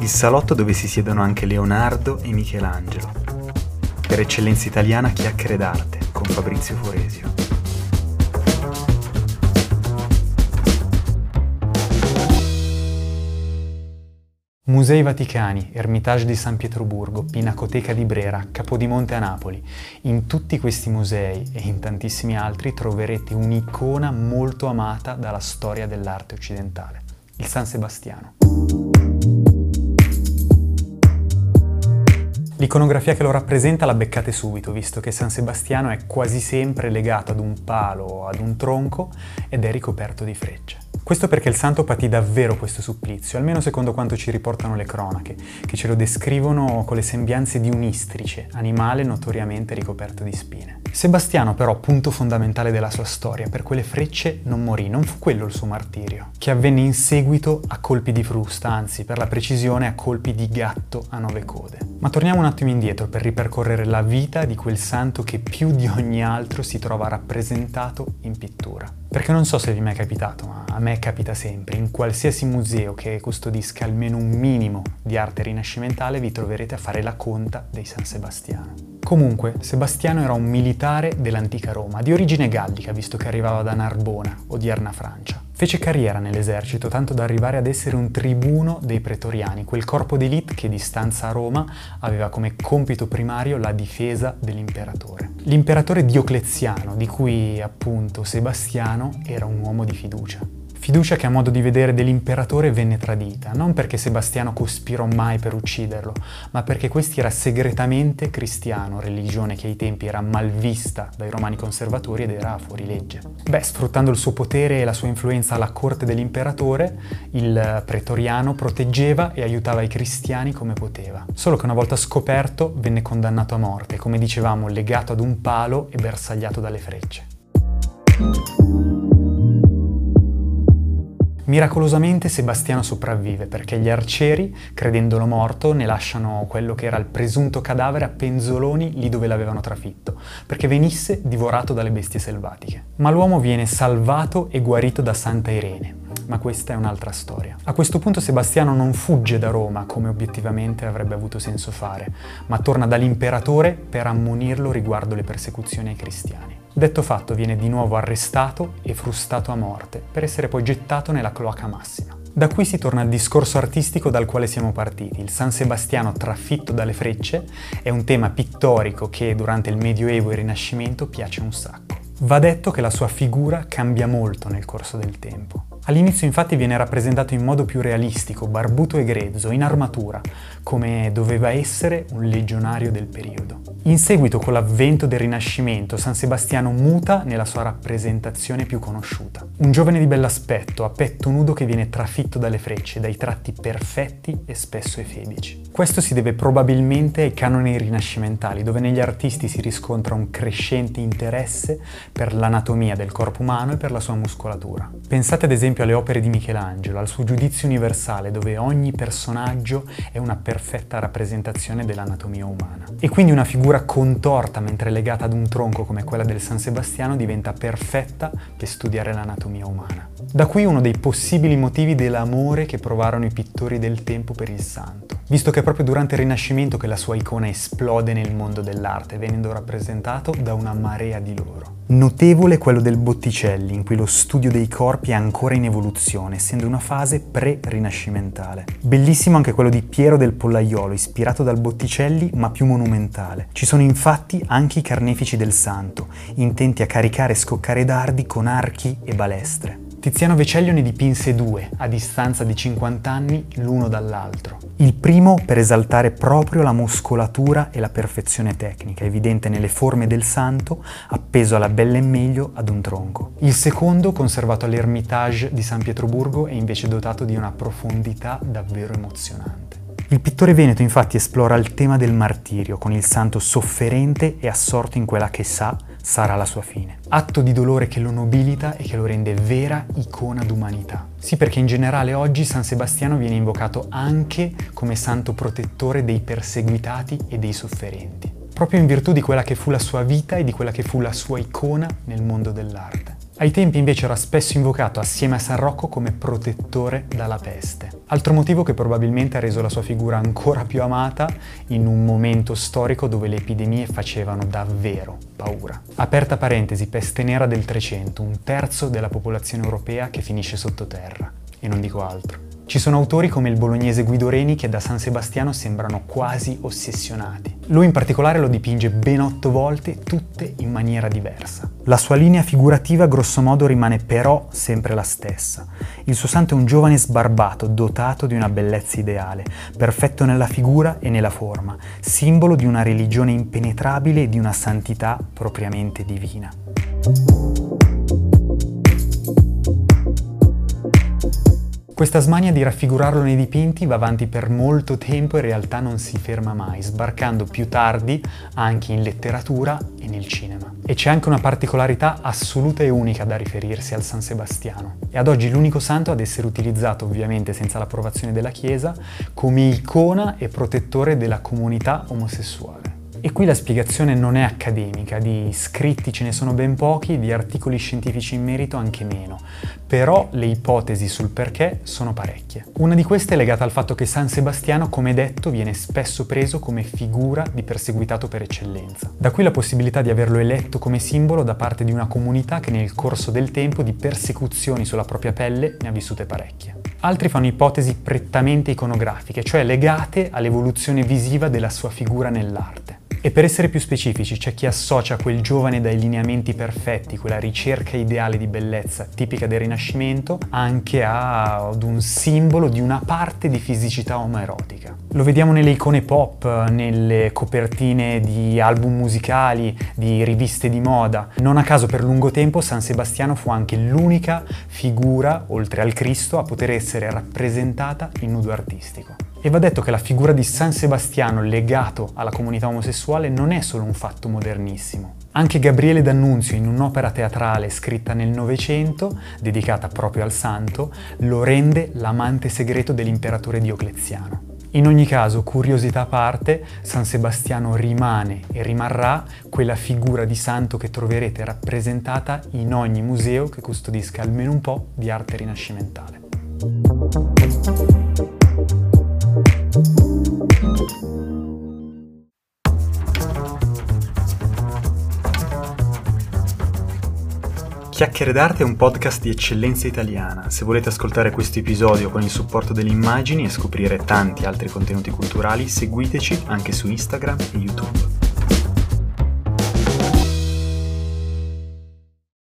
il salotto dove si siedono anche Leonardo e Michelangelo. Per eccellenza italiana, chiacchiere d'arte con Fabrizio Foresio. Musei Vaticani, Ermitage di San Pietroburgo, Pinacoteca di Brera, Capodimonte a Napoli. In tutti questi musei e in tantissimi altri troverete un'icona molto amata dalla storia dell'arte occidentale, il San Sebastiano. L'iconografia che lo rappresenta la beccate subito, visto che San Sebastiano è quasi sempre legato ad un palo o ad un tronco ed è ricoperto di frecce. Questo perché il santo patì davvero questo supplizio, almeno secondo quanto ci riportano le cronache, che ce lo descrivono con le sembianze di un istrice, animale notoriamente ricoperto di spine. Sebastiano però, punto fondamentale della sua storia, per quelle frecce non morì, non fu quello il suo martirio, che avvenne in seguito a colpi di frusta, anzi per la precisione a colpi di gatto a 9 code. Ma torniamo un attimo indietro per ripercorrere la vita di quel santo che più di ogni altro si trova rappresentato in pittura. Perché non so se vi è mai capitato, ma a me capita sempre, in qualsiasi museo che custodisca almeno un minimo di arte rinascimentale vi troverete a fare la conta dei San Sebastiano. Comunque, Sebastiano era un militare dell'antica Roma, di origine gallica, visto che arrivava da Narbona, odierna Francia. Fece carriera nell'esercito, tanto da arrivare ad essere un tribuno dei pretoriani, quel corpo d'élite che di stanza a Roma aveva come compito primario la difesa dell'imperatore. L'imperatore Diocleziano, di cui appunto Sebastiano era un uomo di fiducia. Fiducia che a modo di vedere dell'imperatore venne tradita, non perché Sebastiano cospirò mai per ucciderlo, ma perché questi era segretamente cristiano, religione che ai tempi era malvista dai romani conservatori ed era fuori legge. Sfruttando il suo potere e la sua influenza alla corte dell'imperatore, il pretoriano proteggeva e aiutava i cristiani come poteva. Solo che una volta scoperto venne condannato a morte, come dicevamo, legato ad un palo e bersagliato dalle frecce. Miracolosamente Sebastiano sopravvive perché gli arcieri, credendolo morto, ne lasciano quello che era il presunto cadavere a penzoloni lì dove l'avevano trafitto, perché venisse divorato dalle bestie selvatiche. Ma l'uomo viene salvato e guarito da Santa Irene. Ma questa è un'altra storia. A questo punto Sebastiano non fugge da Roma, come obiettivamente avrebbe avuto senso fare, ma torna dall'imperatore per ammonirlo riguardo le persecuzioni ai cristiani. Detto fatto, viene di nuovo arrestato e frustato a morte, per essere poi gettato nella cloaca massima. Da qui si torna al discorso artistico dal quale siamo partiti. Il San Sebastiano trafitto dalle frecce è un tema pittorico che durante il Medioevo e il Rinascimento piace un sacco. Va detto che la sua figura cambia molto nel corso del tempo. All'inizio infatti viene rappresentato in modo più realistico, barbuto e grezzo, in armatura, come doveva essere un legionario del periodo. In seguito, con l'avvento del Rinascimento, San Sebastiano muta nella sua rappresentazione più conosciuta. Un giovane di bell'aspetto, a petto nudo che viene trafitto dalle frecce, dai tratti perfetti e spesso efebici. Questo si deve probabilmente ai canoni rinascimentali, dove negli artisti si riscontra un crescente interesse per l'anatomia del corpo umano e per la sua muscolatura. Pensate ad esempio alle opere di Michelangelo, al suo Giudizio universale, dove ogni personaggio è una perfetta rappresentazione dell'anatomia umana. E quindi una figura contorta mentre legata ad un tronco come quella del San Sebastiano diventa perfetta per studiare l'anatomia umana. Da qui uno dei possibili motivi dell'amore che provarono i pittori del tempo per il santo, visto che è proprio durante il Rinascimento che la sua icona esplode nel mondo dell'arte, venendo rappresentato da una marea di loro. Notevole quello del Botticelli, in cui lo studio dei corpi è ancora in evoluzione, essendo una fase pre-rinascimentale. Bellissimo anche quello di Piero del Pollaiolo, ispirato dal Botticelli ma più monumentale. Ci sono infatti anche i carnefici del santo, intenti a caricare e scoccare dardi con archi e balestre. Tiziano Vecellio ne dipinse 2, a distanza di 50 anni l'uno dall'altro. Il primo per esaltare proprio la muscolatura e la perfezione tecnica, evidente nelle forme del santo, appeso alla bella e meglio ad un tronco. Il secondo, conservato all'Ermitage di San Pietroburgo, è invece dotato di una profondità davvero emozionante. Il pittore veneto infatti esplora il tema del martirio, con il santo sofferente e assorto in quella che sarà la sua fine. Atto di dolore che lo nobilita e che lo rende vera icona d'umanità. Sì, perché in generale oggi San Sebastiano viene invocato anche come santo protettore dei perseguitati e dei sofferenti, proprio in virtù di quella che fu la sua vita e di quella che fu la sua icona nel mondo dell'arte. Ai tempi invece era spesso invocato assieme a San Rocco come protettore dalla peste. Altro motivo che probabilmente ha reso la sua figura ancora più amata in un momento storico dove le epidemie facevano davvero paura. Aperta parentesi, peste nera del 300, 1/3 della popolazione europea che finisce sottoterra. E non dico altro. Ci sono autori come il bolognese Guido Reni che da San Sebastiano sembrano quasi ossessionati. Lui in particolare lo dipinge ben 8 volte, tutte in maniera diversa. La sua linea figurativa grossomodo rimane però sempre la stessa. Il suo santo è un giovane sbarbato, dotato di una bellezza ideale, perfetto nella figura e nella forma, simbolo di una religione impenetrabile e di una santità propriamente divina. Questa smania di raffigurarlo nei dipinti va avanti per molto tempo e in realtà non si ferma mai, sbarcando più tardi anche in letteratura e nel cinema. E c'è anche una particolarità assoluta e unica da riferirsi al San Sebastiano. È ad oggi l'unico santo ad essere utilizzato, ovviamente senza l'approvazione della Chiesa, come icona e protettore della comunità omosessuale. E qui la spiegazione non è accademica, di scritti ce ne sono ben pochi, di articoli scientifici in merito anche meno, però le ipotesi sul perché sono parecchie. Una di queste è legata al fatto che San Sebastiano, come detto, viene spesso preso come figura di perseguitato per eccellenza. Da qui la possibilità di averlo eletto come simbolo da parte di una comunità che nel corso del tempo di persecuzioni sulla propria pelle ne ha vissute parecchie. Altri fanno ipotesi prettamente iconografiche, cioè legate all'evoluzione visiva della sua figura nell'arte. E per essere più specifici, c'è chi associa quel giovane dai lineamenti perfetti, quella ricerca ideale di bellezza tipica del Rinascimento, anche ad un simbolo di una parte di fisicità omoerotica. Lo vediamo nelle icone pop, nelle copertine di album musicali, di riviste di moda. Non a caso per lungo tempo San Sebastiano fu anche l'unica figura, oltre al Cristo, a poter essere rappresentata in nudo artistico. E va detto che la figura di San Sebastiano legato alla comunità omosessuale non è solo un fatto modernissimo. Anche Gabriele D'Annunzio, in un'opera teatrale scritta nel Novecento, dedicata proprio al santo, lo rende l'amante segreto dell'imperatore Diocleziano. In ogni caso, curiosità a parte, San Sebastiano rimane e rimarrà quella figura di santo che troverete rappresentata in ogni museo che custodisca almeno un po' di arte rinascimentale. Chiacchiere d'arte è un podcast di eccellenza italiana. Se volete ascoltare questo episodio con il supporto delle immagini e scoprire tanti altri contenuti culturali, seguiteci anche su Instagram e YouTube.